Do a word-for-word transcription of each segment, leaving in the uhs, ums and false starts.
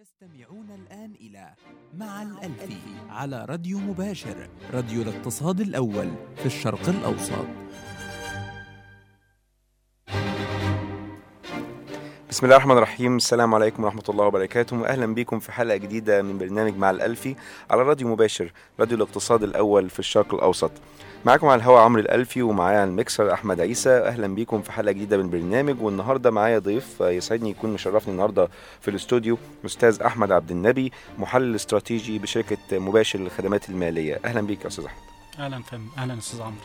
تستمعون الآن إلى مع الألفي على راديو مباشر، راديو الاقتصاد الأول في الشرق الأوسط. بسم الله الرحمن الرحيم. السلام عليكم ورحمة الله وبركاته، وأهلا بكم في حلقة جديدة من برنامج مع الألفي على راديو مباشر، راديو الاقتصاد الأول في الشرق الأوسط. معاكم على الهواء عمرو الألفي، ومعايا على الميكسر أحمد عيسى. أهلا بكم في حلقة جديدة من برنامج. والنهاردة معايا ضيف يسعدني يكون مشرفني النهاردة في الاستوديو، أستاذ أحمد عبد النبي، محلل استراتيجي بشركة مباشر للخدمات المالية. أهلا بك يا أستاذ أحمد. أهلا فندم. أهلا أستاذ عمرو.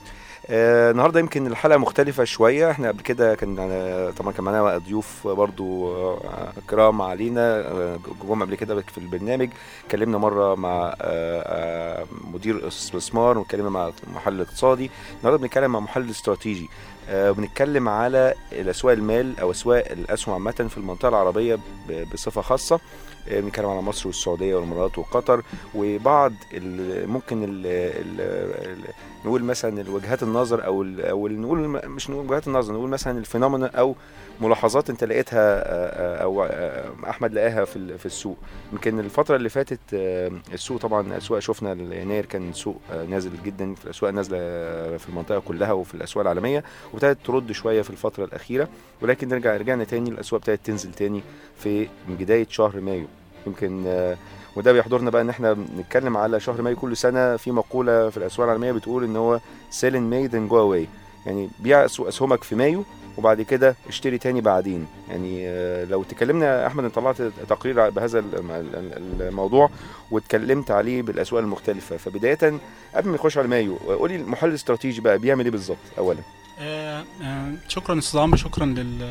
آه، النهارده يمكن الحلقه مختلفه شويه. احنا قبل كده كان طبعا كان معانا ضيوف برضو آه، كرام علينا آه، جم قبل كده في البرنامج. اتكلمنا مره مع آه، آه، مدير استثمار، واتكلمنا مع محلل اقتصادي. النهارده بنتكلم مع محلل استراتيجي، آه، وبنتكلم على الاسواق المال او اسواق الاسهم عامه في المنطقه العربيه بصفه خاصه. بنتكلم على مصر والسعوديه والامارات وقطر، وبعض ال ممكن ال ال نقول مثلا الوجهات النظر او ال او نقول مش نقول وجهات النظر، نقول مثلا الفينومينا او ملاحظات انت لقيتها او احمد لقاها في في السوق. يمكن الفتره اللي فاتت السوق طبعا الاسواق شفنا يناير كان سوق نازل جدا، في الاسواق نازله في المنطقه كلها وفي الاسواق العالميه، وابتدت ترد شويه في الفتره الاخيره، ولكن نرجع رجعنا تاني الاسواق ابتدت تنزل تاني في بدايه شهر مايو. يمكن وده بيحضرنا بقى ان احنا بنتكلم على شهر مايو. كل سنه في مقوله في الاسواق العالميه بتقول ان هو sell in May then go away، يعني بيع اسهمك في مايو وبعد كده اشتري تاني بعدين. يعني لو تكلمنا احمد، انت طلعت تقرير بهذا الموضوع واتكلمت عليه بالاسواق المختلفه، فبدايه قبل ما نخش على مايو قولي المحلل الاستراتيجي بقى بيعمل ايه بالظبط اولا؟ آه آه شكرا استاذ عمرو، شكرا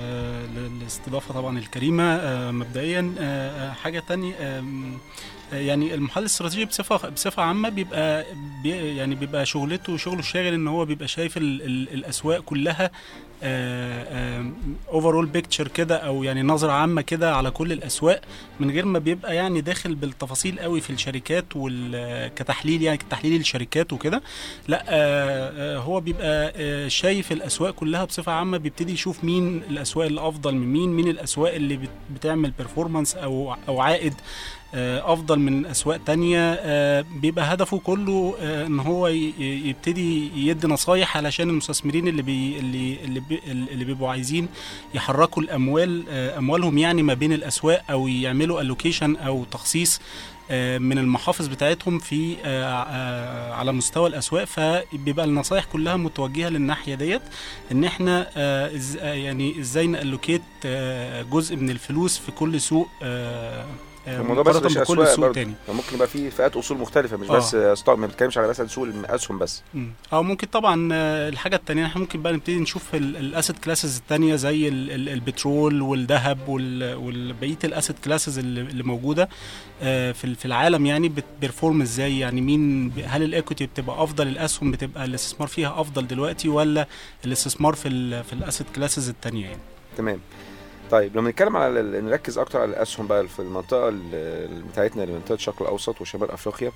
للاستضافه طبعا الكريمه. آه مبدئيا آه حاجه تانية، آه يعني المحلل الاستراتيجي بصفه بصفه عامه بيبقى بي يعني بيبقى شغلته شغله الشاغل ان هو بيبقى شايف ال ال الاسواق كلها اوفرول بيكتشر كده، او يعني نظره عامه كده على كل الاسواق، من غير ما بيبقى يعني داخل بالتفاصيل قوي في الشركات كتحليل، يعني كتحليل الشركات وكده. لا آه هو بيبقى آه شايف الاسواق كلها بصفه عامه، بيبتدي يشوف مين الاسواق اللي افضل من مين، مين الاسواق اللي بتعمل بيرفورمانس او او عائد افضل من اسواق تانية. بيبقى هدفه كله ان هو يبتدي يدي نصايح علشان المستثمرين اللي بي اللي اللي, بي اللي بيبقوا عايزين يحركوا الاموال اموالهم يعني ما بين الاسواق، او يعملوا الوكيشن او تخصيص من المحافظ بتاعتهم في على مستوى الاسواق. فبيبقى النصايح كلها متوجهه للناحيه ديت، ان احنا يعني ازاي نالوكيت جزء من الفلوس في كل سوق، الموضوع بس مش اسواق برضه، ممكن يبقى في فئات اصول مختلفه، مش آه. بس ستوك، ما بنتكلمش على مثلا سوق الاسهم بس. او ممكن طبعا الحاجه الثانيه احنا ممكن بقى نبتدي نشوف الاسيت كلاسز الثانيه زي البترول والذهب والبقيه الاسيت كلاسز اللي موجوده في في العالم، يعني بتبرفورم ازاي، يعني مين، هل الايكويتي بتبقى افضل، الاسهم بتبقى الاستثمار فيها افضل دلوقتي ولا الاستثمار في في الاسيت كلاسز الثانيه يعني. تمام. طيب لما نتكلم على نركز اكتر على الاسهم بقى في المنطقه بتاعتنا، منطقه الشرق الاوسط وشمال افريقيا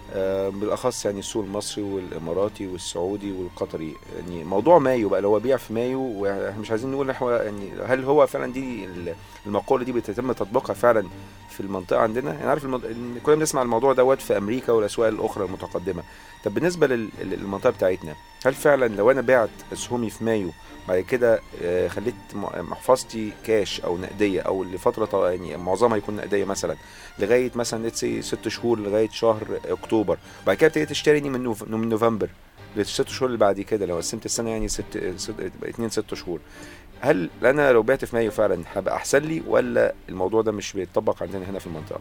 آه بالاخص، يعني السوق المصري والاماراتي والسعودي والقطري. يعني موضوع مايو بقى اللي هو بيع في مايو، واحنا مش عايزين نقول نحو يعني هل هو فعلا دي المقوله دي بتتم تطبيقها فعلا في المنطقه عندنا؟ يعني عارف المض... كلنا بنسمع الموضوع دوت في امريكا والاسواق الاخرى المتقدمه. طب بالنسبه للمنطقه بتاعتنا، هل فعلا لو انا بعت اسهمي في مايو بعد كده خليت محفظتي كاش او نقديه، او لفتره يعني معظمها يكون نقديه مثلا لغايه مثلا لتسي ست شهور لغايه شهر اكتوبر، بعد كده ابتديت تشتري من نوف... من نوفمبر للست شهور اللي بعد كده، لو قسمت السنه يعني ست اتنين ست شهور، هل انا لو بعت في مايو فعلا هبقى احسن لي، ولا الموضوع ده مش بيتطبق عندنا هنا في المنطقه؟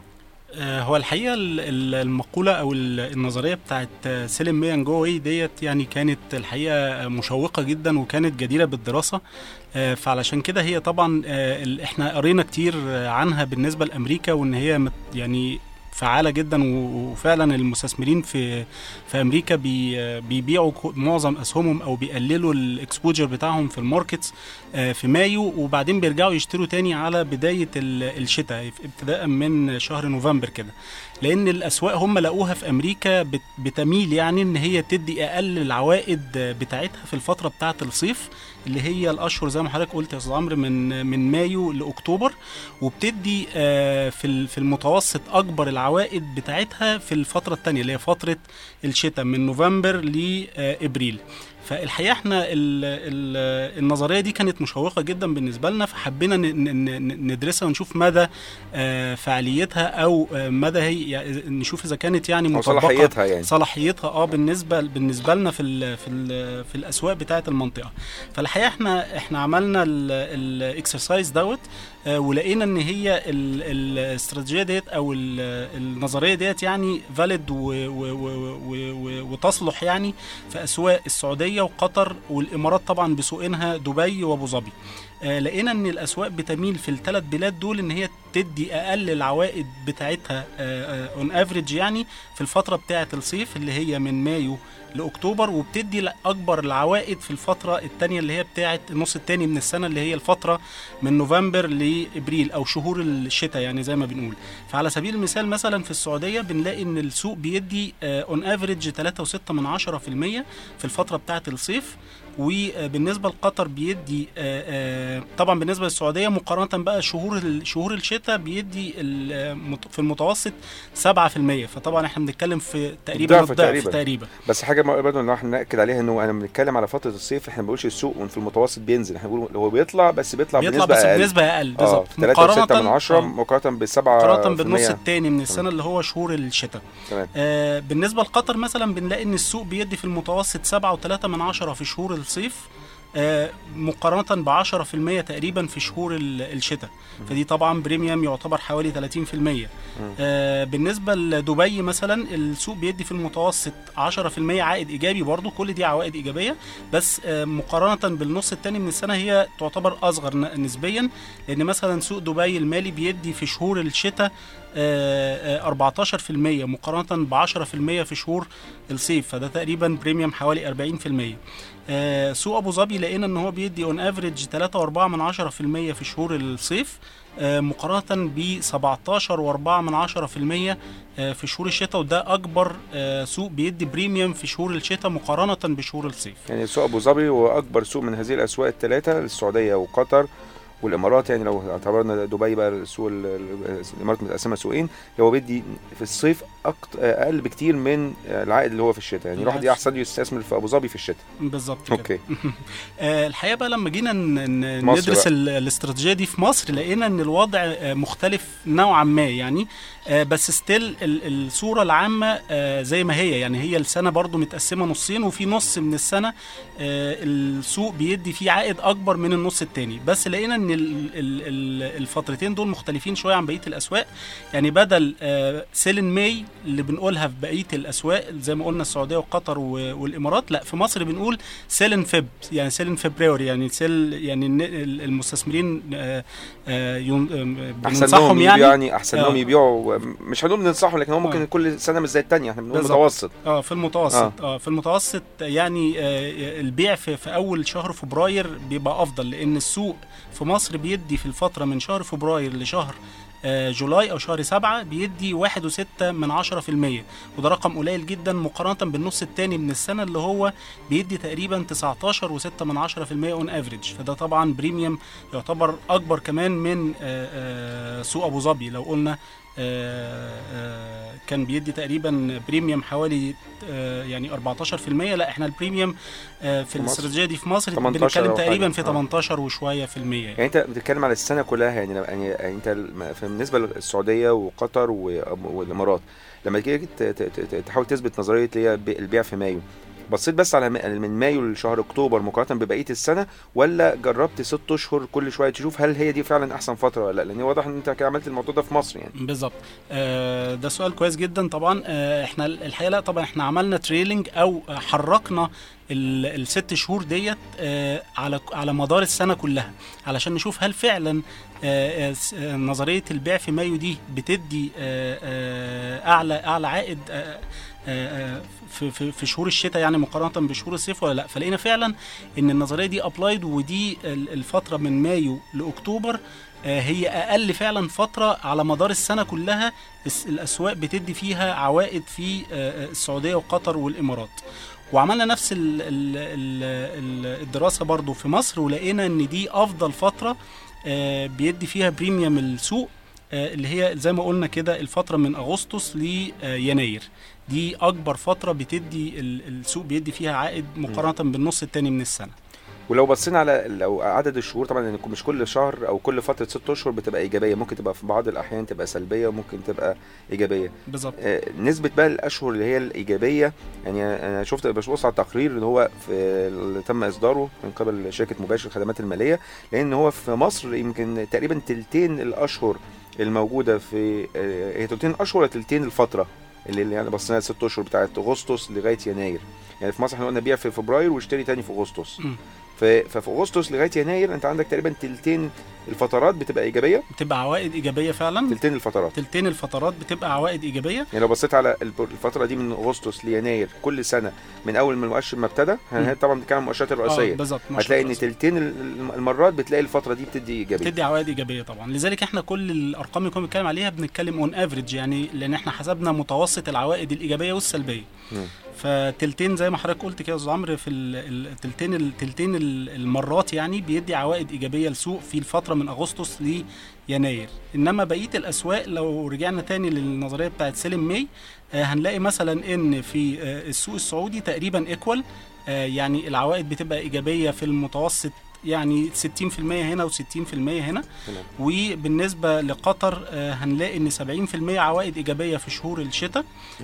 هو الحقيقه المقوله او النظريه بتاعت سيلين ميان جوي ديت يعني كانت الحقيقه مشوقه جدا وكانت جديره بالدراسه. فعلشان كده هي طبعا احنا قرينا كتير عنها بالنسبه لامريكا، وان هي يعني فعالة جدا، وفعلا المستثمرين في في امريكا بي بيبيعوا معظم اسهمهم او بيقللوا الاكسبوجر بتاعهم في الماركتس في مايو، وبعدين بيرجعوا يشتروا تاني على بداية الشتاء ابتداء من شهر نوفمبر كده، لان الاسواق هم لقوها في امريكا بتميل يعني ان هي تدي اقل العوائد بتاعتها في الفترة بتاعة الصيف، اللي هي الاشهر زي ما حضرتك قلت يا استاذ عمرو من من مايو لاكتوبر، وبتدي آه في في المتوسط اكبر العوائد بتاعتها في الفتره الثانيه اللي هي فتره الشتاء من نوفمبر لابريل. فالحقيقه احنا ال ال النظريه دي كانت مشوقه جدا بالنسبه لنا، فحبينا ندرسها ونشوف مدى فعاليتها او مدى هي يعني نشوف اذا كانت يعني مطبقه صلاحيتها يعني صلاحيتها اه بالنسبه بالنسبه لنا في ال في ال في الاسواق بتاعه المنطقه. فالحقيقه احنا احنا عملنا الاكسرسايز دوت ولقينا ان هي الاستراتيجيه ديت او النظريه ديت يعني فاليد وتصلح يعني في اسواق السعوديه وقطر والامارات طبعا بسوقينها دبي وابو ظبي. آه لقينا ان الاسواق بتميل في الثلاث بلاد دول ان هي تدي اقل العوائد بتاعتها اون افريج يعني في الفتره بتاعه الصيف اللي هي من مايو لاكتوبر، وبتدي اكبر العوائد في الفتره الثانيه اللي هي بتاعه النص الثاني من السنه اللي هي الفتره من نوفمبر لابريل او شهور الشتاء يعني زي ما بنقول. فعلى سبيل المثال مثلا في السعوديه بنلاقي ان السوق بيدي اون افريج ثلاثة وستة من عشرة في المية في الفتره بتاعه الصيف، وبالنسبه لقطر بيدي طبعا بالنسبه للسعوديه مقارنه بقى شهور شهور الشتاء بيدي في المتوسط سبعة في المية. فطبعا احنا بنتكلم في تقريبا الضعف تقريبا. تقريبا بس حاجه برضه ان احنا ناكد عليها انه انا بنتكلم على فتره الصيف، احنا ما بنقولش السوق في المتوسط بينزل، احنا بنقول هو بيطلع بس بيطلع, بيطلع بنسبه بس اقل بنسبه اقل بالظبط آه. ثلاثة وستة من عشرة مقارنه بسبعة مقارنه بالنص الثاني من السنه اللي هو شهور الشتاء. آه بالنسبه لقطر مثلا بنلاقي ان السوق بيدي في المتوسط سبعة وثلاثة من عشرة في شهور الصيف آه مقارنة بعشرة في المية تقريبا في شهور الشتاء، فدي طبعا بريميوم يعتبر حوالي ثلاثين في المية. آه بالنسبة لدبي مثلا السوق بيدي في المتوسط عشرة في المية عائد إيجابي، برضو كل دي عوائد إيجابية، بس آه مقارنة بالنص الثاني من السنة هي تعتبر أصغر نسبيا، لأن مثلا سوق دبي المالي بيدي في شهور الشتاء أربعتاشر في المية مقارنة بعشرة في المية في شهور الصيف، فده تقريبا بريميوم حوالي أربعين في المية. آه سوق ابو ظبي لقينا ان هو بيدي اون افريج ثلاثة وأربعة من عشرة في المية في شهور الصيف آه مقارنة ب سبعتاشر وأربعة من عشرة في المية آه في شهور الشتاء، وده اكبر آه سوق بيدي بريميوم في شهور الشتاء مقارنة بشهور الصيف. يعني سوق ابو ظبي هو اكبر سوق من هذه الاسواق الثلاثة، السعودية وقطر والامارات. يعني لو اعتبرنا دبي بقى السوق الامارات متقسمه سوقين، هو بيدي في الصيف اقل بكتير من العائد اللي هو في الشتاء، يعني الواحد احسن يستثمر في ابو ظبي في الشتاء بالظبط. اوكي. آه الحقيقه بقى لما جينا ندرس الاستراتيجيه دي في مصر لقينا ان الوضع مختلف نوعا ما يعني، آه بس ستيل الصوره العامه آه زي ما هي، يعني هي السنه برضو متقسمه نصين، وفي نص من السنه آه السوق بيدي فيه عائد اكبر من النص الثاني، بس لقينا ان الفترتين دول مختلفين شويه عن بقيه الاسواق. يعني بدل سيلن ماي اللي بنقولها في بقيه الاسواق زي ما قلنا السعوديه وقطر والامارات، لا في مصر بنقول سيلن فيب، يعني سيلن فبراير، يعني سيل يعني المستثمرين بننصحهم يعني يعني احسن لهم يبيعوا، مش هنقول ننصحهم لكن هو ممكن آه. كل سنه مش زي الثانيه، احنا بنقول متوسط اه في المتوسط اه, آه في المتوسط يعني آه البيع في, في اول شهر فبراير بيبقى افضل، لان السوق في مصر بيدي في الفترة من شهر فبراير لشهر آه جولاي أو شهر سبعة بيدي واحد وستة من عشرة في المية، وده رقم قليل جدا مقارنة بالنص الثاني من السنة اللي هو بيدي تقريبا تسعتاشر وستة من عشرة في المية اون افريج، فده طبعا بريميوم يعتبر أكبر كمان من آه آه سوق أبو ظبي. لو قلنا آه آه كان بيدي تقريبا بريميوم حوالي آه يعني أربعتاشر في المية، لا احنا البريميوم آه في الاستراتيجيه دي في مصر بنتكلم تقريبا في تمنتاشر وشويه في المية. يعني انت بتتكلم على السنه كلها، يعني يعني انت بالنسبه للسعوديه وقطر والامارات لما تيجي تحاول تثبت نظريه اللي هي البيع في مايو، بصيت بس على من مايو لشهر اكتوبر مقارنه ببقيه السنه، ولا جربت ست اشهر كل شويه تشوف هل هي دي فعلا احسن فتره ولا لا؟ لان واضح ان انت كده عملت الموضوع ده في مصر يعني. بالظبط. آه ده سؤال كويس جدا طبعا. آه احنا الحقيقه لا طبعا احنا عملنا تريلينج او حركنا الست شهور ديت آه على على مدار السنه كلها علشان نشوف هل فعلا آه آه نظريه البيع في مايو دي بتدي آه آه اعلى اعلى عائد آه في في في شهور الشتاء يعني مقارنه بشهور الصيف ولا لا. فلقينا فعلا ان النظريه دي ابلايد، ودي الفتره من مايو لاكتوبر هي اقل فعلا فتره على مدار السنه كلها الاسواق بتدي فيها عوائد في السعوديه وقطر والامارات. وعملنا نفس ال ال ال الدراسه برضو في مصر، ولقينا ان دي افضل فتره بيدي فيها بريميوم السوق، اللي هي زي ما قلنا كده الفتره من اغسطس ليناير. دي اكبر فتره بتدي السوق بيدي فيها عائد مقارنه بالنص الثاني من السنه. ولو بصينا على لو عدد الشهور، طبعا يعني مش كل شهر او كل فتره ست اشهر بتبقى ايجابيه، ممكن تبقى في بعض الاحيان تبقى سلبيه وممكن تبقى ايجابيه بالظبط. آه نسبه بقى الاشهر اللي هي الايجابيه، يعني انا شفت ببص على التقرير اللي هو في اللي تم اصداره من قبل شركه مباشر الخدمات الماليه، لان هو في مصر يمكن تقريبا تلتين الاشهر الموجوده في آه هي تلتين الاشهر ولا تلتين الفتره اللي يعني بصينا ست اشهر بتاعت اغسطس لغايه يناير. يعني في مصر احنا قلنا بيع في فبراير واشتري تاني في اغسطس، ففي اغسطس لغايه يناير انت عندك تقريبا تلتين الفترات بتبقى ايجابيه، بتبقى عوائد ايجابيه فعلا. تلتين الفترات تلتين الفترات بتبقى عوائد ايجابيه. يعني لو بصيت على الفتره دي من اغسطس ليناير كل سنه من اول ما المؤشر ما ابتدى، طبعا دي كانت المؤشرات الرئيسيه، اه بالظبط، هتلاقي ان تلتين المرات بتلاقي الفتره دي بتدي ايجابيه، بتدي عوائد ايجابيه طبعا. لذلك احنا كل الارقام اللي كنا بنتكلم عليها بنتكلم اون افريج، يعني لان احنا حسبنا متوسط العوائد الايجابيه والسلبيه. م. فتلتين زي ما حضرتك قلت كده يا استاذ عمرو، في التلتين التلتين المرات يعني بيدي عوائد ايجابيه للسوق في الفتره من اغسطس ليناير. انما بقيه الاسواق لو رجعنا تاني للنظريه بتاعت سيلين ماي، آه هنلاقي مثلا ان في آه السوق السعودي تقريبا ايكوال، آه يعني العوائد بتبقى ايجابيه في المتوسط يعني ستين في المية هنا وستين في المية هنا. وبالنسبة لقطر آه هنلاقي ان سبعين في المية عوائد ايجابية في شهور الشتاء،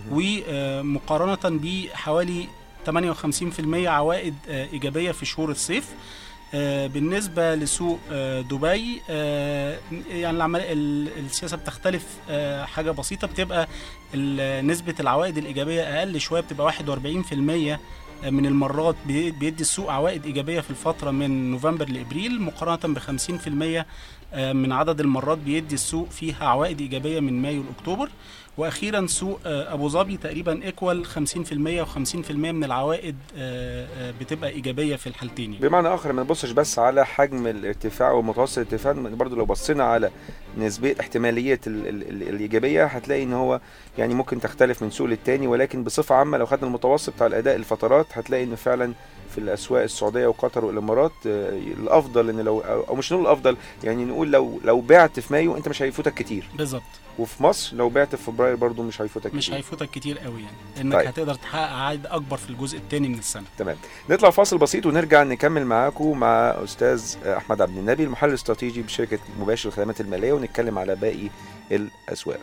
ومقارنة بحوالي ثمانية وخمسين في المية عوائد آه ايجابية في شهور الصيف. آه بالنسبة لسوق آه دبي، آه يعني السياسة بتختلف آه حاجة بسيطة، بتبقى نسبة العوائد الإيجابية أقل شوية، بتبقى واحد وأربعين في المية من المرات بيدي السوق عوائد إيجابية في الفترة من نوفمبر لإبريل، مقارنة بخمسين في المية من عدد المرات بيدي السوق فيها عوائد إيجابية من مايو لأكتوبر. وأخيرا سوق أبو ظبي تقريبا إيكوال خمسين في المية وخمسين في المية من العوائد بتبقى إيجابية في الحالتين. بمعنى آخر ما نبصش بس على حجم الارتفاع ومتوسط الارتفاع، برضو لو بصينا على نسبة احتمالية ال ال الإيجابية هتلاقي إن هو يعني ممكن تختلف من سوق للتاني، ولكن بصفة عامة لو خدنا المتوسط بتاع الأداء الفترات هتلاقي إن فعلا في الأسواق السعودية وقطر والإمارات الأفضل إن لو أو مش نقول الأفضل، يعني نقول لو لو بعت في مايو أنت مش هيفوتك كتير بالظبط، وفي مصر لو بعت في فبراير برضو مش هيفوتك كتير، مش هيفوتك كتير قوي يعني، لأنك طيب. هتقدر تحقق عائد أكبر في الجزء الثاني من السنة. تمام، نطلع فاصل بسيط ونرجع نكمل معاكم مع أستاذ أحمد عبد النبي المحلل الاستراتيجي بشركة مباشر الخدمات المالية، ونتكلم على باقي الأسواق.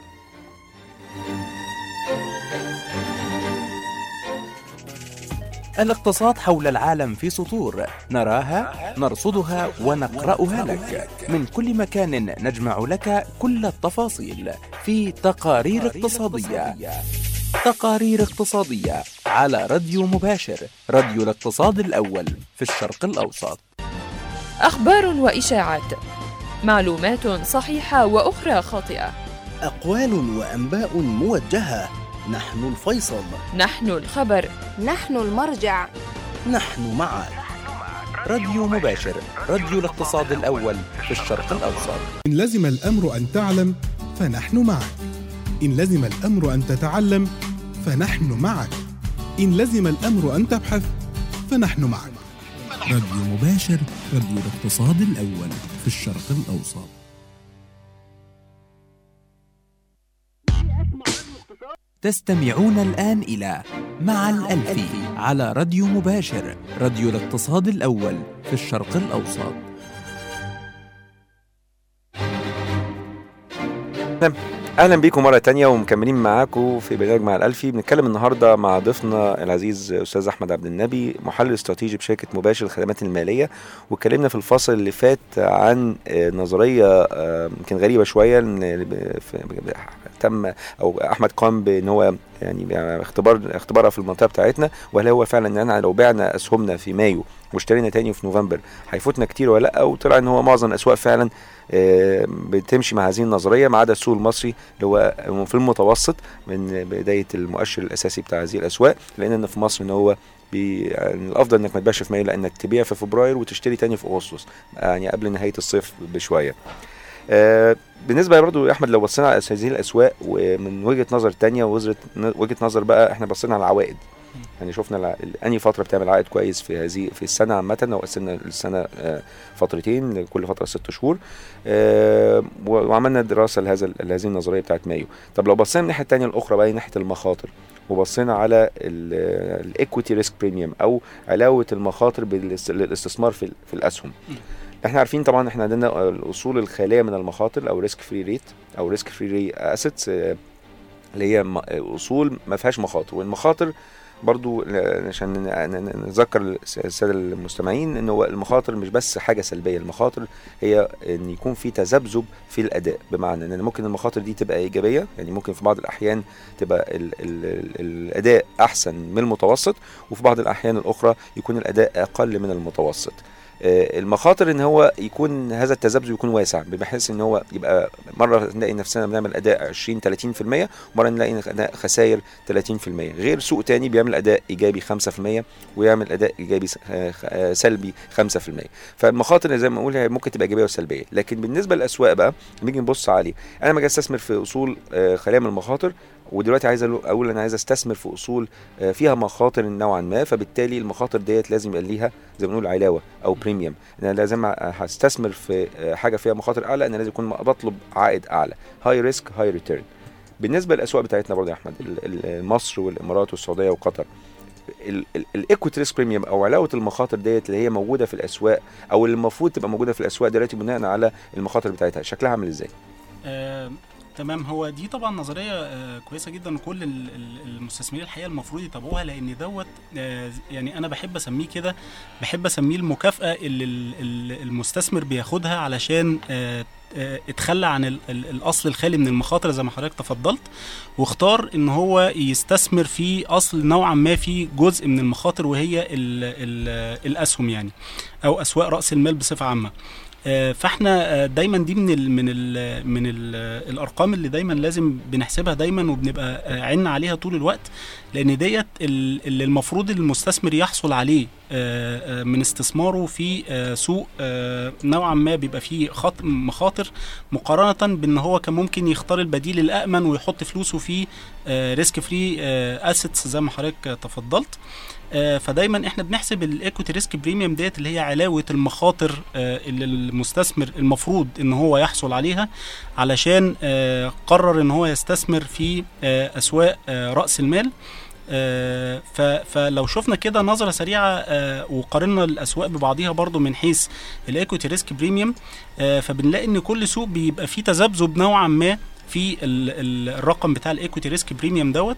الاقتصاد حول العالم في سطور نراها نرصدها ونقرأها لك من كل مكان، نجمع لك كل التفاصيل في تقارير اقتصادية. تقارير اقتصادية على راديو مباشر، راديو الاقتصاد الأول في الشرق الأوسط. أخبار وإشاعات، معلومات صحيحة وأخرى خاطئة، أقوال وأنباء موجهة. نحن الفيصل، نحن الخبر، نحن المرجع، نحن معك. راديو مباشر، راديو الاقتصاد الأول في الشرق الأوسط. إن لزم الأمر أن تعلم فنحن معك، إن لزم الأمر أن تتعلم فنحن معك، إن لزم الأمر أن تبحث فنحن معك. راديو مباشر، راديو الاقتصاد الأول في الشرق الأوسط. تستمعون الآن إلى مع الألفي على راديو مباشر، راديو الاقتصاد الأول في الشرق الأوسط. أهلا بكم مرة تانية ومكملين معاكم في برنامج مع الألفي. بنتكلم النهاردة مع ضيفنا العزيز أستاذ أحمد عبد النبي، محلل استراتيجي بشركة مباشر الخدمات المالية. واتكلمنا في الفصل اللي فات عن نظرية يمكن غريبة شوية، تم أو أحمد قام بأن هو يعني اختبار اختبارها في المنطقة بتاعتنا، وهل هو فعلا ان احنا لو بعنا اسهمنا في مايو واشترينا تاني في نوفمبر هيفوتنا كتير ولا لا؟ وطلع ان هو معظم الاسواق فعلا بتمشي مع هذه النظريه، ما عدا السوق المصري اللي هو في المتوسط من بدايه المؤشر الاساسي بتاع هذه الاسواق، لان في مصر ان هو يعني الافضل انك ما تبيعش في مايو، لانك تبيع في فبراير وتشتري تاني في اغسطس، يعني قبل نهايه الصيف بشويه. آه بالنسبه برضو يا احمد لو بصينا على هذه الاسواق ومن وجهه نظر تانية ووجهه نظر بقى احنا بصينا على العوائد، يعني شفنا انهي فتره بتعمل عائد كويس في هذه في السنه عامه، لو قسمنا السنه فترتين كل فتره ست شهور، وعملنا دراسه لهذا لهذه النظريه بتاعت مايو. طب لو بصينا من الناحيه الثانيه الاخرى بقى ناحيه المخاطر، وبصينا على الايكويتي ريسك بريميوم او علاوه المخاطر بالاستثمار في في الاسهم. احنا عارفين طبعا احنا عندنا الاصول الخاليه من المخاطر او ريسك فري ريت او ريسك فري اسيتس، اللي هي اصول ما فيهاش مخاطر. والمخاطر برضو عشان نذكر الساده المستمعين ان هو المخاطر مش بس حاجه سلبيه، المخاطر هي ان يكون في تذبذب في الاداء، بمعنى ان ممكن المخاطر دي تبقى ايجابيه، يعني ممكن في بعض الاحيان تبقى ال ال ال الاداء احسن من المتوسط، وفي بعض الاحيان الاخرى يكون الاداء اقل من المتوسط. المخاطر ان هو يكون هذا التذبذب يكون واسع، بحيث ان هو يبقى مره نلاقي نفسنا بنعمل اداء عشرين ثلاثين في المية، ومره نلاقي اداء خسائر ثلاثين في المية، غير سوق تاني بيعمل اداء ايجابي خمسة في المية ويعمل اداء ايجابي سلبي خمسة في المية. فالمخاطر زي ما اقول ممكن تبقى ايجابيه وسلبيه. لكن بالنسبه للاسواق بقى نيجي نبص عليه، انا لما اجي استثمر في اصول خاليه من المخاطر، ودلوقتي عايز اقول انا عايز استثمر في اصول فيها مخاطر نوعا ما، فبالتالي المخاطر ديت لازم يبقى ليها زي ما بنقول علاوه او بريميوم. انا لازم هستثمر في حاجه فيها مخاطر اعلى، انا لازم اكون بطلب عائد اعلى، هاي ريسك هاي ريتيرن. بالنسبه للاسواق بتاعتنا برضه يا احمد، مصر والامارات والسعوديه وقطر، الايكويتي ريسك بريميوم او علاوه المخاطر ديت اللي هي موجوده في الاسواق او اللي المفروض تبقى موجوده في الاسواق دلوقتي بناء على المخاطر بتاعتها، شكلها عامل ازاي؟ أه تمام. هو دي طبعا نظريه آه كويسه جدا، وكل المستثمرين الحقيقه المفروض يتابعوها، لان دوت آه يعني انا بحب اسميه كده، بحب اسميه المكافاه اللي المستثمر بياخدها علشان آه اتخلى عن ال ال الاصل الخالي من المخاطر زي ما حضرتك تفضلت، واختار ان هو يستثمر في اصل نوعا ما في جزء من المخاطر، وهي ال ال الاسهم يعني او اسواق راس المال بصفه عامه. فاحنا دايما دي من ال من ال من ال الارقام اللي دايما لازم بنحسبها دايما وبنبقى عيننا عليها طول الوقت، لان ديت اللي المفروض المستثمر يحصل عليه من استثماره في سوق نوعا ما بيبقى فيه مخاطر، مقارنه بان هو كان ممكن يختار البديل الامن ويحط فلوسه في ريسك فري اسيتس زي ما حضرتك تفضلت. فدايما احنا بنحسب الايكويتي ريسك بريميوم ديت اللي هي علاوه المخاطر اللي المستثمر المفروض ان هو يحصل عليها علشان قرر ان هو يستثمر في اسواق راس المال. فلو شفنا كده نظره سريعه وقارنا الاسواق ببعضيها برضو من حيث الايكويتي ريسك بريميوم، فبنلاقي ان كل سوق بيبقى فيه تذبذب نوعا ما في الرقم بتاع الايكويتي ريسك بريميوم دوت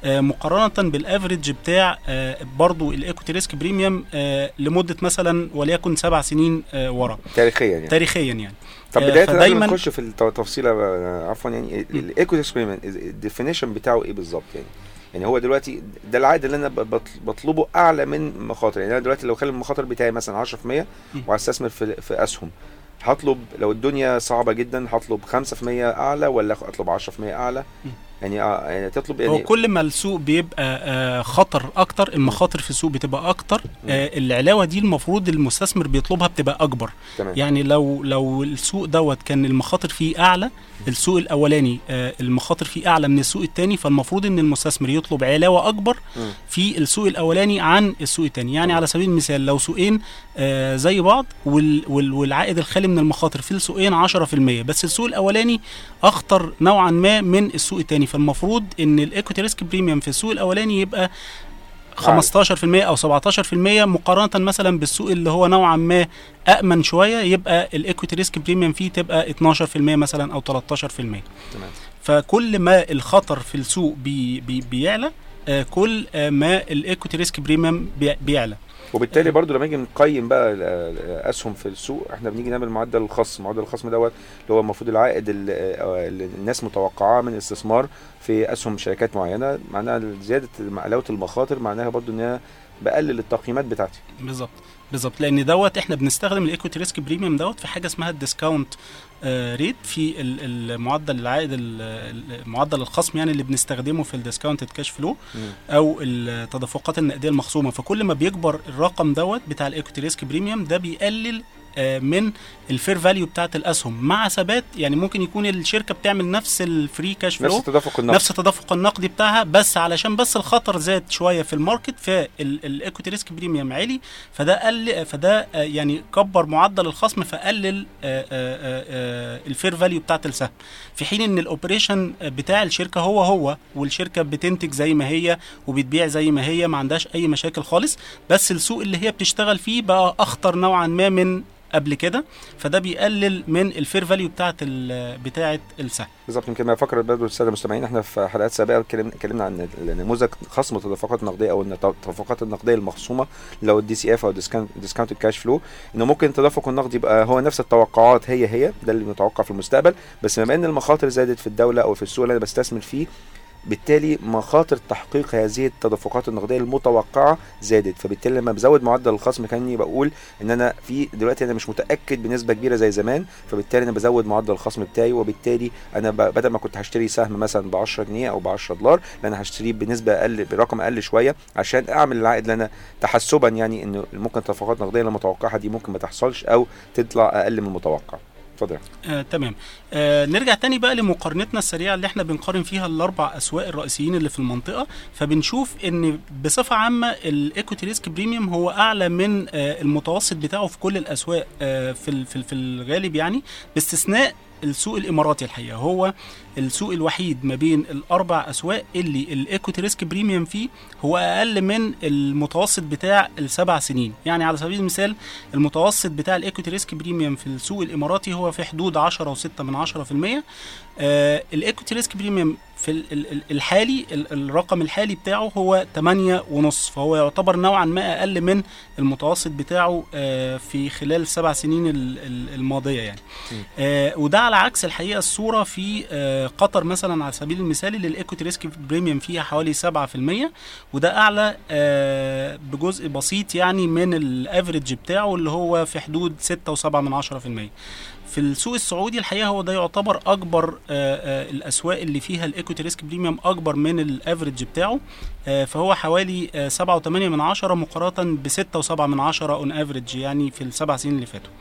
مقارنه بالافريج بتاع برضو الايكويتي ريسك بريميوم لمده مثلا وليكن سبع سنين ورا تاريخيا يعني تاريخيا يعني طب بدايه دايما نخش في التفصيله عفوا، يعني الايكويتي ريسك بريميوم الديفينيشن بتاعه ايه بالظبط؟ يعني يعني هو دلوقتي ده العائد اللي انا بطلبه اعلى من مخاطر. يعني انا دلوقتي لو خلي المخاطر بتاعي مثلا عشرة في المية وهستثمر في في اسهم، هطلب لو الدنيا صعبه جدا هطلب خمسة في المية اعلى ولا اطلب عشرة في المية اعلى؟ يعني اه يعني تطلب يعني هو كل ما السوق بيبقى آه خطر اكتر، المخاطر في السوق بتبقى اكتر، آه العلاوه دي المفروض المستثمر بيطلبها بتبقى اكبر. تمام. يعني لو لو السوق دوت كان المخاطر فيه اعلى، السوق الاولاني آه المخاطر فيه اعلى من السوق الثاني، فالمفروض ان المستثمر يطلب علاوه اكبر م. في السوق الاولاني عن السوق الثاني. يعني م. على سبيل المثال لو سوقين آه زي بعض وال وال والعائد الخالي من المخاطر في السوقين عشرة في المية، بس السوق الاولاني اخطر نوعا ما من السوق الثاني، فالمفروض ان الايكويتي ريسك بريميوم في السوق الاولاني يبقى خمستاشر في المية او سبعتاشر في المية، مقارنه مثلا بالسوق اللي هو نوعا ما امن شويه يبقى الايكويتي ريسك بريميوم فيه تبقى اتناشر في المية مثلا او تلتاشر في المية. تمام. فكل ما الخطر في السوق بي بي بيعلى آه كل آه ما الايكويتي ريسك بريميوم بي بيعلى. وبالتالي برضو لما نيجي نقيم بقى اسهم في السوق، احنا بنيجي نعمل معدل الخصم. معدل الخصم دوت اللي هو المفروض العائد اللي الناس متوقعاه من الاستثمار في اسهم شركات معينه، معناها زياده علاوه المخاطر، معناها برضو انها بقلل التقييمات بتاعتي. بالظبط بالظبط لان دوت احنا بنستخدم الايكويتي ريسك بريميوم دوت في حاجه اسمها الديسكاونت آه ريت في المعدل العائد المعدل الخصم يعني اللي بنستخدمه في الديسكاونتد كاش فلو او التدفقات النقديه المخصومه. فكل ما بيكبر الرقم دوت بتاع الايكويتي ريسك بريميوم ده بيقلل من الفير فاليو بتاعت الاسهم مع ثبات. يعني ممكن يكون الشركه بتعمل نفس الفري كاش فلو، نفس التدفق النقدي نفس التدفق النقدي بتاعها، بس علشان بس الخطر زاد شويه في الماركت فالايكويتي ريسك بريميوم عالي، فده قل فده يعني كبر معدل الخصم فقلل الفير فاليو بتاعت السهم، في حين ان الاوبريشن بتاع الشركه هو هو والشركه بتنتج زي ما هي وبتبيع زي ما هي، ما عندهاش اي مشاكل خالص، بس السوق اللي هي بتشتغل فيه بقى اخطر نوعا ما من قبل كده، فده بيقلل من الفير فاليو بتاعه بتاعه السهم. بالظبط. يمكن ما فكر برضه الساده المستمعين، احنا في حلقات سابقه اتكلمنا عن نموذج خصم التدفقات النقديه او التدفقات النقديه المخصومه لو الدي سي اف او ديسكاونت كاش فلو، انه ممكن التدفق النقدي يبقى هو نفس التوقعات هي هي ده اللي متوقع في المستقبل، بس بما ان المخاطر زادت في الدوله او في السوق اللي انا بستثمر فيه، بالتالي مخاطر تحقيق هذه التدفقات النقديه المتوقعه زادت، فبالتالي لما بزود معدل الخصم كاني بقول ان انا في دلوقتي انا مش متاكد بنسبه كبيره زي زمان، فبالتالي انا بزود معدل الخصم بتاعي، وبالتالي انا بدل ما كنت هشتري سهم مثلا ب عشرة جنيه او ب عشرة دولار، لا انا هشتريه بنسبه اقل برقم اقل شويه عشان اعمل العائد اللي انا تحسبا يعني انه ممكن التدفقات النقديه المتوقعه دي ممكن ما تحصلش او تطلع اقل من المتوقع. اتفضل. آه، تمام. آه، نرجع تاني بقى لمقارنتنا السريعه اللي احنا بنقارن فيها الاربع اسواق الرئيسيين اللي في المنطقه، فبنشوف ان بصفه عامه الايكويتي ريسك بريميوم هو اعلى من آه المتوسط بتاعه في كل الاسواق آه في في الغالب، يعني باستثناء السوق الاماراتي. الحقيقه هو السوق الوحيد ما بين الاربع اسواق اللي الايكويتي ريسك بريميوم فيه هو اقل من المتوسط بتاع السبع سنين. يعني على سبيل المثال المتوسط بتاع الايكويتي ريسك بريميوم في السوق الاماراتي هو في حدود عشرة وستة من عشرة في المية. آه الايكويتي ريسك بريميوم في الحالي الرقم الحالي بتاعه هو ثمانية ونص، فهو يعتبر نوعا ما اقل من المتوسط بتاعه آه في خلال السبع سنين الماضيه يعني. آه وده على عكس الحقيقه الصوره في آه قطر مثلا على سبيل المثال للايكويتي ريسك بريميوم فيها حوالي سبعة في المية، وده اعلى آه بجزء بسيط يعني من الافريج بتاعه اللي هو في حدود ستة وسبعة من عشرة في المية. في السوق السعودي الحقيقه هو ده يعتبر اكبر آآ آآ الاسواق اللي فيها الايكويتي ريسك بريميوم اكبر من الافريج بتاعه، فهو حوالي سبعة وثمانية من عشرة مقارنه ب ستة وسبعة من عشرة اون افريج يعني في السبع سنين اللي فاتوا.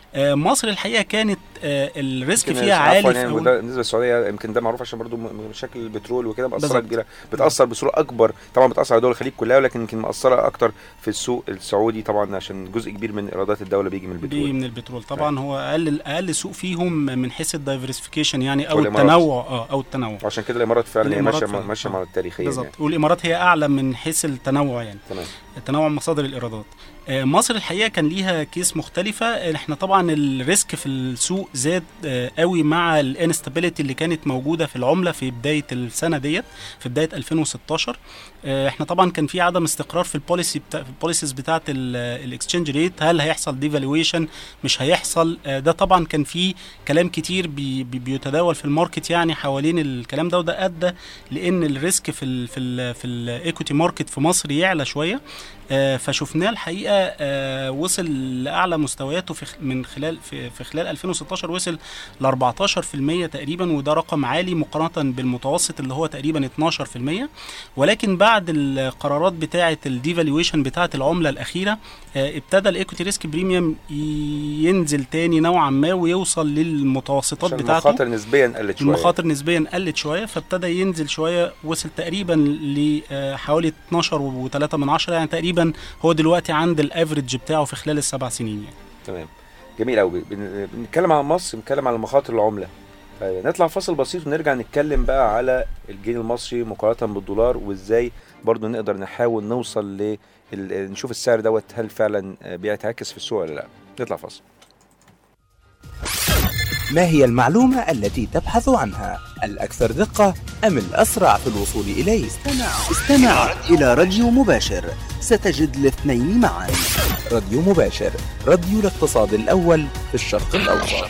مصر الحقيقه كانت الريسك فيها عالي. يعني بالنسبه للسعوديه يمكن ده معروف عشان برضو مشاكل البترول وكده مأثره كبيره، بتاثر بصوره اكبر طبعا، بتاثر على دول الخليج كلها، ولكن يمكن مأثره اكتر في السوق السعودي طبعا عشان جزء كبير من ايرادات الدوله بيجي من البترول. بيجي من البترول طبعا. هو اقل اقل سوق فيهم من حيث الدايفرسيفيكيشن يعني او التنوع اه او التنوع عشان كده الامارات فعلا هي ماشيه ماشيه مع التاريخيه بالظبط يعني. والامارات هي اعلى من حيث التنوع يعني تمام. تنوع مصادر الايرادات. مصر الحقيقه كان ليها كيس مختلفه. احنا طبعا الريسك في السوق زاد قوي مع الانستابيليتي اللي كانت موجوده في العمله في بدايه السنه ديت في بدايه ألفين وستاشر. احنا طبعا كان في عدم استقرار في البوليسي بتاع البوليسيز بتاعه الاكسشينج ريت، هل هيحصل ديفالويشن مش هيحصل. ده طبعا كان في كلام كتير بي بيتداول في الماركت يعني حوالين الكلام ده، وده ادى لان الريسك في ال في ال في الايكويتي ماركت في مصر يعلى شويه. آه فشفناه الحقيقه آه وصل لاعلى مستوياته في من خلال في, في خلال ألفين وستاشر وصل ل أربعتاشر في المية تقريبا، وده رقم عالي مقارنه بالمتوسط اللي هو تقريبا اتناشر في المية. ولكن بعد القرارات بتاعه الديفالويشن بتاعه العمله الاخيره آه ابتدى الايكويتي ريسك بريميوم ينزل تاني نوعا ما ويوصل للمتوسطات بتاعته. المخاطر نسبيا قلت شويه المخاطر نسبيا قلت شويه فابتدى ينزل شويه، وصل تقريبا لحوالي اتناشر وثلاثة من عشرة يعني تقريبا هو دلوقتي عند الافريج بتاعه في خلال السبع سنين يعني. تمام جميل قوي. بنتكلم عن مصر، بنتكلم عن مخاطر العمله. نطلع فاصل بسيط ونرجع نتكلم بقى على الجنيه المصري مقارنه بالدولار، وازاي برضو نقدر نحاول نوصل ل نشوف السعر دوت هل فعلا بيتعكس في السوق ولا لا. نطلع فاصل. ما هي المعلومة التي تبحث عنها؟ الأكثر دقة أم الأسرع في الوصول إليه؟ استمع استمع إلى راديو مباشر، ستجد الاثنين معا. راديو مباشر، راديو الاقتصاد الأول في الشرق الأوسط.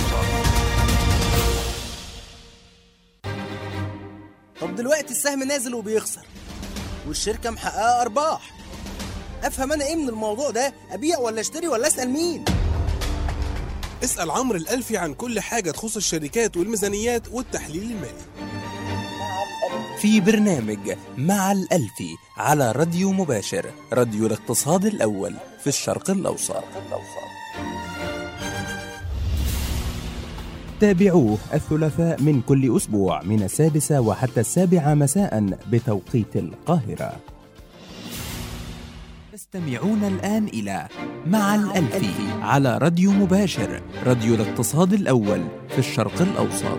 طب دلوقتي السهم نازل وبيخسر والشركة محققة أرباح، أفهم أنا إيه من الموضوع ده؟ أبيع ولا أشتري ولا أسأل مين؟ اسأل عمرو الألفي عن كل حاجة تخص الشركات والميزانيات والتحليل المالي في برنامج مع الألفي على راديو مباشر، راديو الاقتصاد الأول في الشرق الأوسط. تابعوه الثلاثاء من كل أسبوع من السادسة وحتى السابعة مساء بتوقيت القاهرة. تستمعون الآن إلى مع الألفي على راديو مباشر، راديو الاقتصاد الأول في الشرق الأوسط.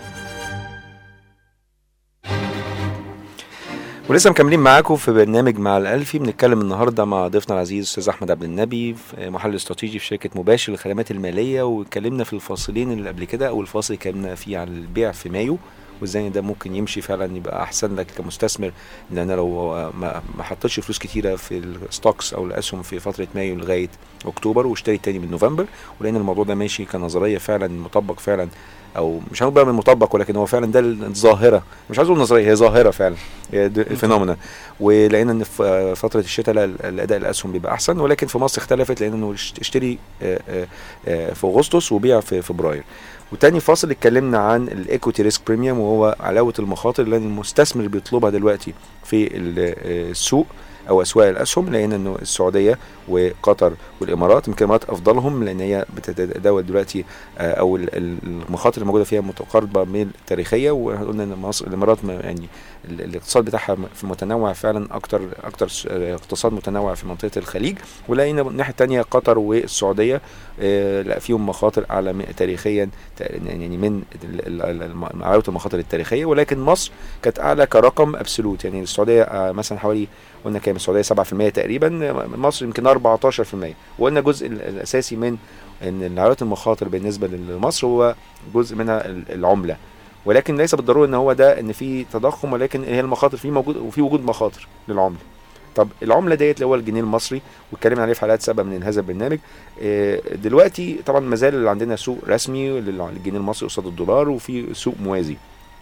ولسه مكملين معاكم في برنامج مع الألفي. بنتكلم النهارده مع ضيفنا العزيز أستاذ أحمد عبد النبي، محلل استراتيجي في شركة مباشر للخدمات المالية، واتكلمنا في الفاصلين اللي قبل كده. أول فاصل اتكلمنا فيه عن البيع في مايو وازاي ده ممكن يمشي فعلا يبقى احسن لك كمستثمر، لان انا لو ما ما حطيتش فلوس كتيره في الستوكس او الاسهم في فتره مايو لغايه اكتوبر واشتري تاني من نوفمبر، ولان الموضوع ده ماشي كنظريه فعلا مطبق فعلا، او مش هنقول بقى من مطبق، ولكن هو فعلا ده الظاهره، مش عايز اقول نظريه، هي ظاهره فعلا، هي فينومينا. ولقينا ان في فتره الشتاء الاداء الاسهم بيبقى احسن، ولكن في مصر اختلفت، لان انه اشتري في اغسطس وبيع في فبراير. وتاني فاصل اتكلمنا عن الايكويتي ريسك بريميوم، وهو علاوه المخاطر اللي المستثمر بيطلبها دلوقتي في السوق او اسواق الاسهم، لان انه السعوديه وقطر والامارات، يمكن الامارات افضلهم لان هي بتتداول دلوقتي، او المخاطر الموجوده فيها متقاربه من التاريخيه. وقلنا ان مصر الامارات يعني الاقتصاد بتاعها في متنوع فعلا، اكتر اكتر اقتصاد متنوع في منطقه الخليج. ولقينا الناحيه الثانيه قطر والسعوديه لا فيهم مخاطر اعلى تاريخيا يعني من علاوه المخاطر التاريخيه، ولكن مصر كانت اعلى كرقم ابسولوت. يعني السعوديه مثلا حوالي قلنا كام، السعوديه سبعة في المية تقريبا، مصر يمكن أربعتاشر في المية. وقلنا الجزء الاساسي من ان علاوه المخاطر بالنسبه لمصر هو جزء منها العمله، ولكن ليس بالضروره ان هو ده ان في تضخم، ولكن هي المخاطر في موجود وفي وجود مخاطر للعمله. طب العمله ديت اللي هو الجنيه المصري، واتكلمنا عليه في حلقات سابقه من هذا البرنامج. دلوقتي طبعا ما زال اللي عندنا سوق رسمي للجنيه المصري قصاد الدولار، وفي سوق موازي.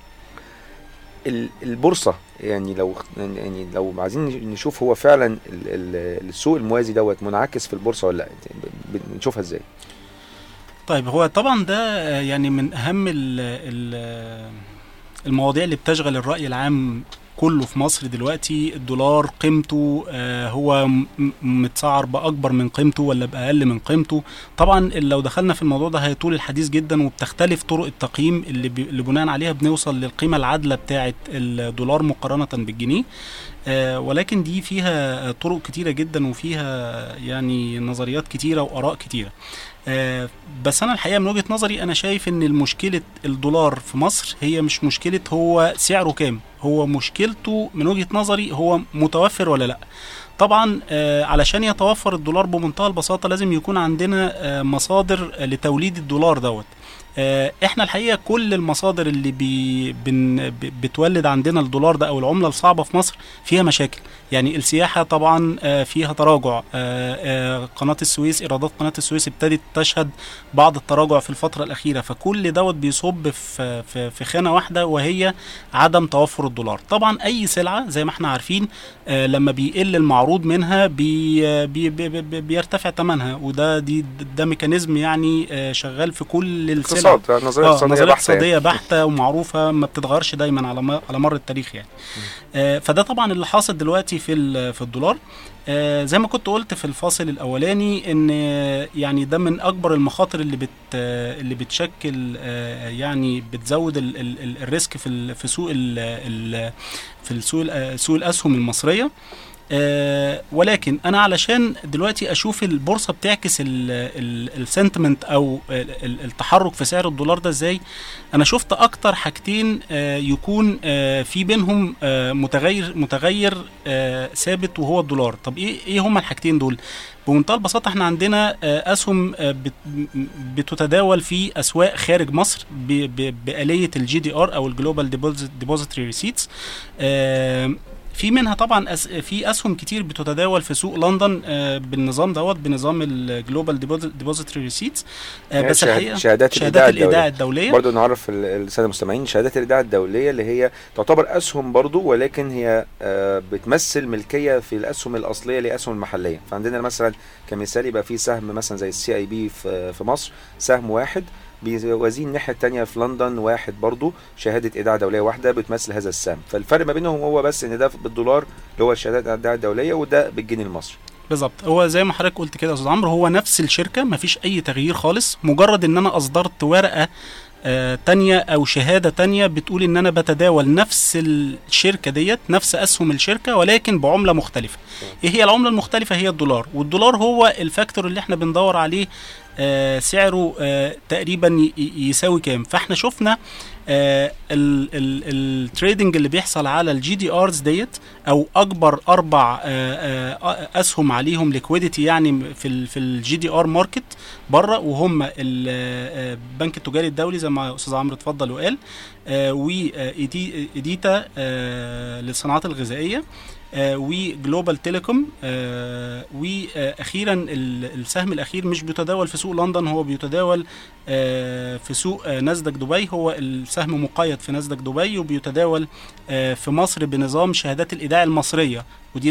البورصه يعني لو يعني لو عايزين نشوف هو فعلا السوق الموازي دوت منعكس في البورصه ولا لا، بنشوفها ازاي؟ طيب هو طبعا ده يعني من اهم المواضيع اللي بتشغل الرأي العام كله في مصر دلوقتي. الدولار قيمته آه هو متسعر بأكبر من قيمته ولا بأقل من قيمته؟ طبعا لو دخلنا في الموضوع ده هيطول الحديث جدا، وبتختلف طرق التقييم اللي, اللي بناء عليها بنوصل للقيمة العادلة بتاعة الدولار مقارنة بالجنيه. آه ولكن دي فيها طرق كتيرة جدا، وفيها يعني نظريات كتيرة وآراء كتيرة. آه بس أنا الحقيقة من وجهة نظري أنا شايف إن المشكلة الدولار في مصر هي مش مشكلة هو سعره كام، هو مشكلته من وجهة نظري هو متوفر ولا لأ. طبعا آه علشان يتوفر الدولار بمنتهى البساطة لازم يكون عندنا آه مصادر لتوليد الدولار دوت. آه احنا الحقيقة كل المصادر اللي بي بن بتولد عندنا الدولار ده او العملة الصعبة في مصر فيها مشاكل. يعني السياحة طبعا آه فيها تراجع، آه آه قناة السويس، ايرادات قناة السويس ابتدت تشهد بعض التراجع في الفترة الاخيرة، فكل دوت بيصب في, في, في خانة واحدة وهي عدم توفر الدولار. طبعا اي سلعة زي ما احنا عارفين آه لما بيقل المعروض منها بي بي بي بي بيرتفع ثمنها، وده دي ده ميكانيزم يعني آه شغال في كل السلع. اقتصاد، نظريه اقتصاديه بحته, اقتصادية بحتة ومعروفة ما بتتغيرش دايما على على مر التاريخ يعني. آه فده طبعا اللي حاصل دلوقتي في في الدولار. آه زي ما كنت قلت في الفاصل الاولاني ان آه يعني ده من اكبر المخاطر اللي بت آه اللي بتشكل آه يعني بتزود ال ال الريسك في في سوق ال ال في السوق سوق الاسهم المصريه. آه ولكن انا علشان دلوقتي اشوف البورصه بتعكس السنتمنت او التحرك في سعر الدولار ده ازاي، انا شفت اكتر حاجتين آه يكون آه في بينهم آه متغير متغير آه ثابت وهو الدولار. طب ايه ايه هما الحاجتين دول؟ بمنتهى البساطه احنا عندنا آه اسهم آه بتتداول في اسواق خارج مصر بآلية الجي دي ار او الجلوبال ديبوزيتري ريسيتس. آه في منها طبعا أس في اسهم كتير بتتداول في سوق لندن آه بالنظام دوت بنظام الجلوبال ديبوزيتري ريسيتس. آه يعني بس الحقيقه شهادات, شهادات الايداع الدوليه برضو نعرف الساده المستمعين، شهادات الايداع الدوليه اللي هي تعتبر اسهم برضو، ولكن هي آه بتمثل ملكيه في الاسهم الاصليه لاسهم المحليه. فعندنا مثلا كمثال يبقى في سهم مثلا زي السي اي بي في, في مصر سهم واحد، بيوازين الناحيه الثانيه في لندن واحد برضو شهاده ايداع دوليه واحده بتمثل هذا السهم. فالفرق ما بينهم هو بس ان ده بالدولار اللي هو شهادات الايداع الدوليه، وده بالجنيه المصري. بالظبط، هو زي ما حضرتك قلت كده يا استاذ عمرو، هو نفس الشركه، مفيش اي تغيير خالص، مجرد ان انا اصدرت ورقه آه تانية او شهادة تانية بتقول ان انا بتداول نفس الشركة ديت، نفس اسهم الشركة ولكن بعملة مختلفة. ايه هي العملة المختلفة؟ هي الدولار، والدولار هو الفاكتور اللي احنا بندور عليه آه سعره آه تقريبا يساوي كام. فاحنا شفنا آه التريدنج اللي بيحصل على الجي دي ارز ديت، او اكبر اربع آه آه اسهم عليهم ليكويديتي يعني في ال في الجي دي ار ماركت بره، وهم البنك التجاري الدولي زي ما استاذ عمرو اتفضل وقال، آه وايديتا آه للصناعات الغذائيه، آه وجلوبال تيليكوم، آه واخيرا السهم الاخير مش بيتداول في سوق لندن، هو بيتداول آه في سوق آه ناسداك دبي. هو السهم مقيد في ناسداك دبي وبيتداول آه في مصر بنظام شهادات الايداع المصريه، ودي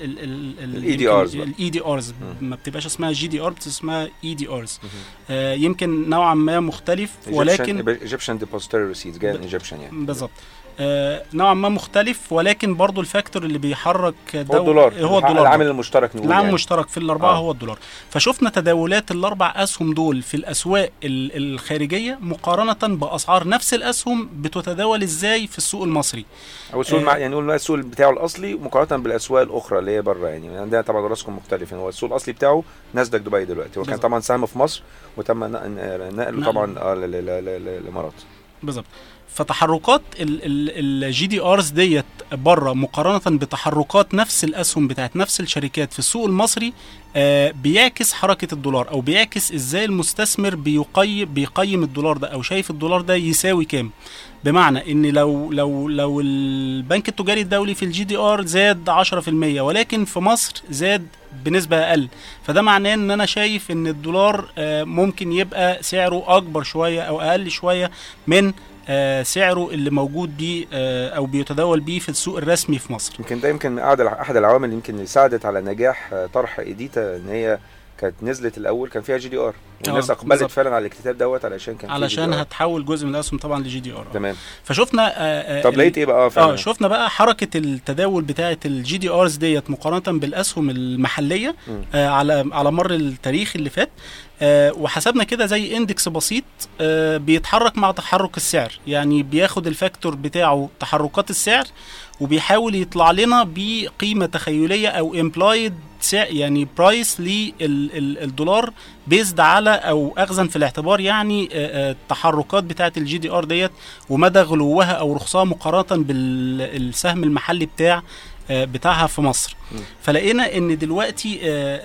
الاي دي ارز الاي دي ارز ما بتبقاش اسمها جي دي ار، بتسمها اي دي ارز. آه يمكن نوعا ما مختلف، ولكن ايجيبشن ديبوزيتوري ريسيتس جاي من ايجيبشن يعني بالظبط. آه نوعا ما مختلف، ولكن برضو الفاكتور اللي بيحرك هو الدولار، هو الدولار العامل المشترك نقول العامل يعني. المشترك في الاربعه آه. هو الدولار. فشفنا تداولات الاربع اسهم دول في الاسواق الخارجيه مقارنه باسعار نفس الاسهم بتتداول ازاي في السوق المصري، او السوق آه يعني نقول السوق بتاعه الاصلي مقارنه بالاسواق الاخرى اللي هي بره. يعني عندنا طبعا راسكم مختلف، يعني هو السوق الاصلي بتاعه ناسداك دبي دلوقتي، هو كان طبعا سهم في مصر وتم نقله طبعا اه للامارات بالظبط. فتحركات الجي دي ارز ديت بره مقارنه بتحركات نفس الاسهم بتاعت نفس الشركات في السوق المصري آه بيعكس حركه الدولار، او بيعكس ازاي المستثمر بيقيم بيقيم الدولار ده، او شايف الدولار ده يساوي كام. بمعنى ان لو لو لو البنك التجاري الدولي في الجي دي ار زاد عشرة في المية ولكن في مصر زاد بنسبه اقل، فده معناه ان انا شايف ان الدولار آه ممكن يبقى سعره اكبر شويه او اقل شويه من آه سعره اللي موجود بيه آه او بيتداول بيه في السوق الرسمي في مصر. يمكن ده يمكن احد العوامل يمكن اللي ساعدت على نجاح طرح ايديتا، ان هي كانت نزلت الاول كان فيها جي دي ار، والناس اقبلت فعلا على الاكتتاب دوت علشان كان علشان هتحول جزء من الاسهم طبعا لجي دي ار. تمام. فشفنا آه طب لقيت ايه بقى فعلا؟ اه شفنا بقى حركه التداول بتاعه الجي دي ارز ديت مقارنه بالاسهم المحليه آه على على مر التاريخ اللي فات، آه وحسبنا كده زي اندكس بسيط آه بيتحرك مع تحرك السعر، يعني بياخد الفاكتور بتاعه تحركات السعر وبيحاول يطلع لنا بقيمه تخيليه او امبلايد يعني برايس للدولار بيزد على او اخذا في الاعتبار يعني التحركات بتاعه الجي دي ار ديت ومدى غلوها او رخصها مقارنه بالسهم المحلي بتاع بتاعها في مصر. م. فلقينا ان دلوقتي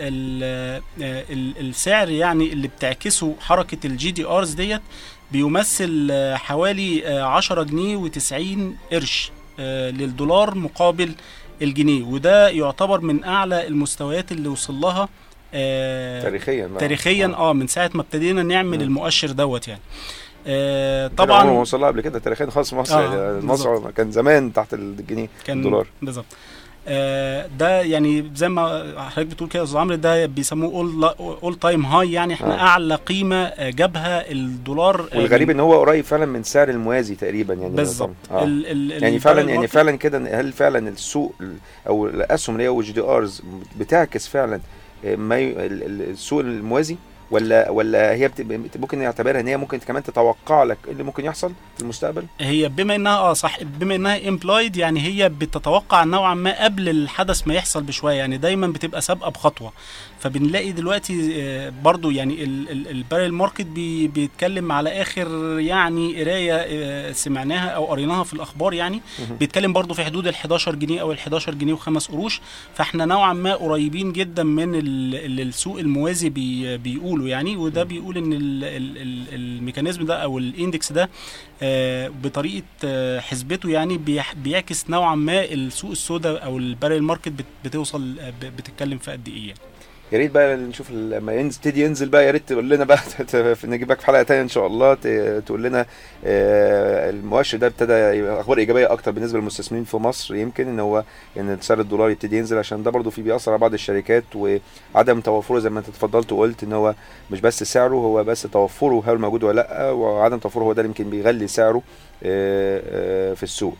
السعر يعني اللي بتعكسه حركه الجي دي ارز ديت بيمثل حوالي عشرة جنيه وتسعين قرش للدولار مقابل الجنيه، وده يعتبر من اعلى المستويات اللي وصل لها آه تاريخيا بقى. تاريخيا اه من ساعه ما ابتدينا نعمل م. المؤشر دوت يعني. آه طبعا عمره ما وصل لها قبل كده تاريخيا خالص مصر. آه يعني مصر كان زمان تحت الجنيه الدولار بالظبط. آه ده يعني زي ما حضرتك بتقول كده يا استاذ عمرو، ده بيسموه اول اول تايم هاي، يعني احنا آه. اعلى قيمه جابها الدولار. والغريب ان هو قريب فعلا من سعر الموازي تقريبا يعني بالظبط. آه. ال ال يعني فعلا يعني فعلا كده، هل فعلا السوق او الاسهم اللي هي جي دي ارز بتعكس فعلا ما السوق الموازي، ولا ولا هي ممكن نعتبرها ان هي ممكن كمان تتوقع لك اللي ممكن يحصل في المستقبل؟ هي بما انها اه صح بما انها امبلايد يعني هي بتتوقع نوعا ما قبل الحدث ما يحصل بشويه، يعني دايما بتبقى سابقه بخطوه. فبنلاقي دلوقتي برضو يعني البارل ماركت بي بيتكلم على اخر يعني قرايه سمعناها او قريناها في الاخبار، يعني بيتكلم برضو في حدود الحداشر جنيه او الحداشر جنيه وخمس قروش. فاحنا نوعا ما قريبين جدا من السوق الموازي بي بيقولوا يعني، وده بيقول ان ال ال ال الميكانيزم ده او الاندكس ده بطريقه حسبته يعني بيعكس نوعا ما السوق السوداء او البارل ماركت بتوصل بتتكلم في قد ايه يعني. يا ريت بقى نشوف لما يبتدي ينزل بقى، يا ريت تقول لنا بقى نجيبك في حلقه ثانيه ان شاء الله تقول لنا المؤشر ده ابتدى يبقى اخبار ايجابيه اكتر بالنسبه للمستثمرين في مصر، يمكن ان هو ان سعر الدولار يبتدي ينزل، عشان ده برضو في بيأثر على بعض الشركات وعدم توفره زي ما انت اتفضلت وقلت ان هو مش بس سعره، هو بس توفره هل موجود ولا لا، وعدم توفره هو ده اللي يمكن بيغلي سعره في السوق.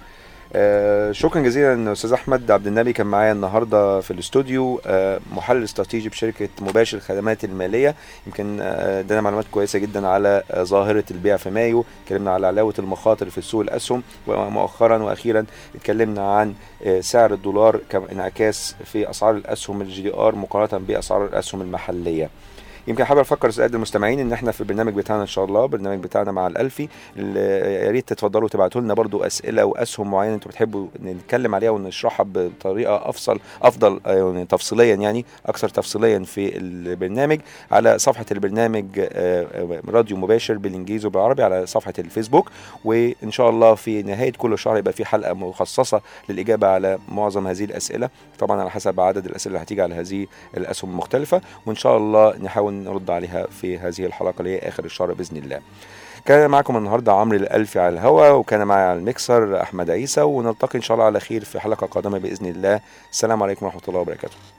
آه شكرا جزيلا استاذ احمد عبد النبي، كان معايا النهارده في الاستوديو، آه محلل استراتيجي بشركه مباشر الخدمات الماليه. يمكن آه ادانا معلومات كويسه جدا على آه ظاهره البيع في مايو، اتكلمنا على علاوه المخاطر في سوق الاسهم، ومؤخرا واخيرا اتكلمنا عن آه سعر الدولار كانعكاس في اسعار الاسهم الجي دي ار مقارنه باسعار الاسهم المحليه. يمكن حابب افكر الساده المستمعين ان احنا في البرنامج بتاعنا ان شاء الله، البرنامج بتاعنا مع الالفي، يا ريت تتفضلوا تبعتوا لنا برضو اسئله واسهم معينه انتم بتحبوا نتكلم عليها ونشرحها بطريقه افصل افضل يعني تفصيليا، يعني اكثر تفصيليا في البرنامج على صفحه البرنامج راديو مباشر بالانجليزي وبالعربي على صفحه الفيسبوك. وان شاء الله في نهايه كل شهر يبقى في حلقه مخصصه للاجابه على معظم هذه الاسئله، طبعا على حسب عدد الاسئله اللي هتيجي على هذه الاسهم المختلفه، وان شاء الله نحاول نرد عليها في هذه الحلقة اللي هي آخر الشهر بإذن الله. كان معكم النهاردة عمرو الألفي على الهواء، وكان معي على الميكسر أحمد عيسى، ونلتقي إن شاء الله على خير في حلقة قادمة بإذن الله. السلام عليكم ورحمة الله وبركاته.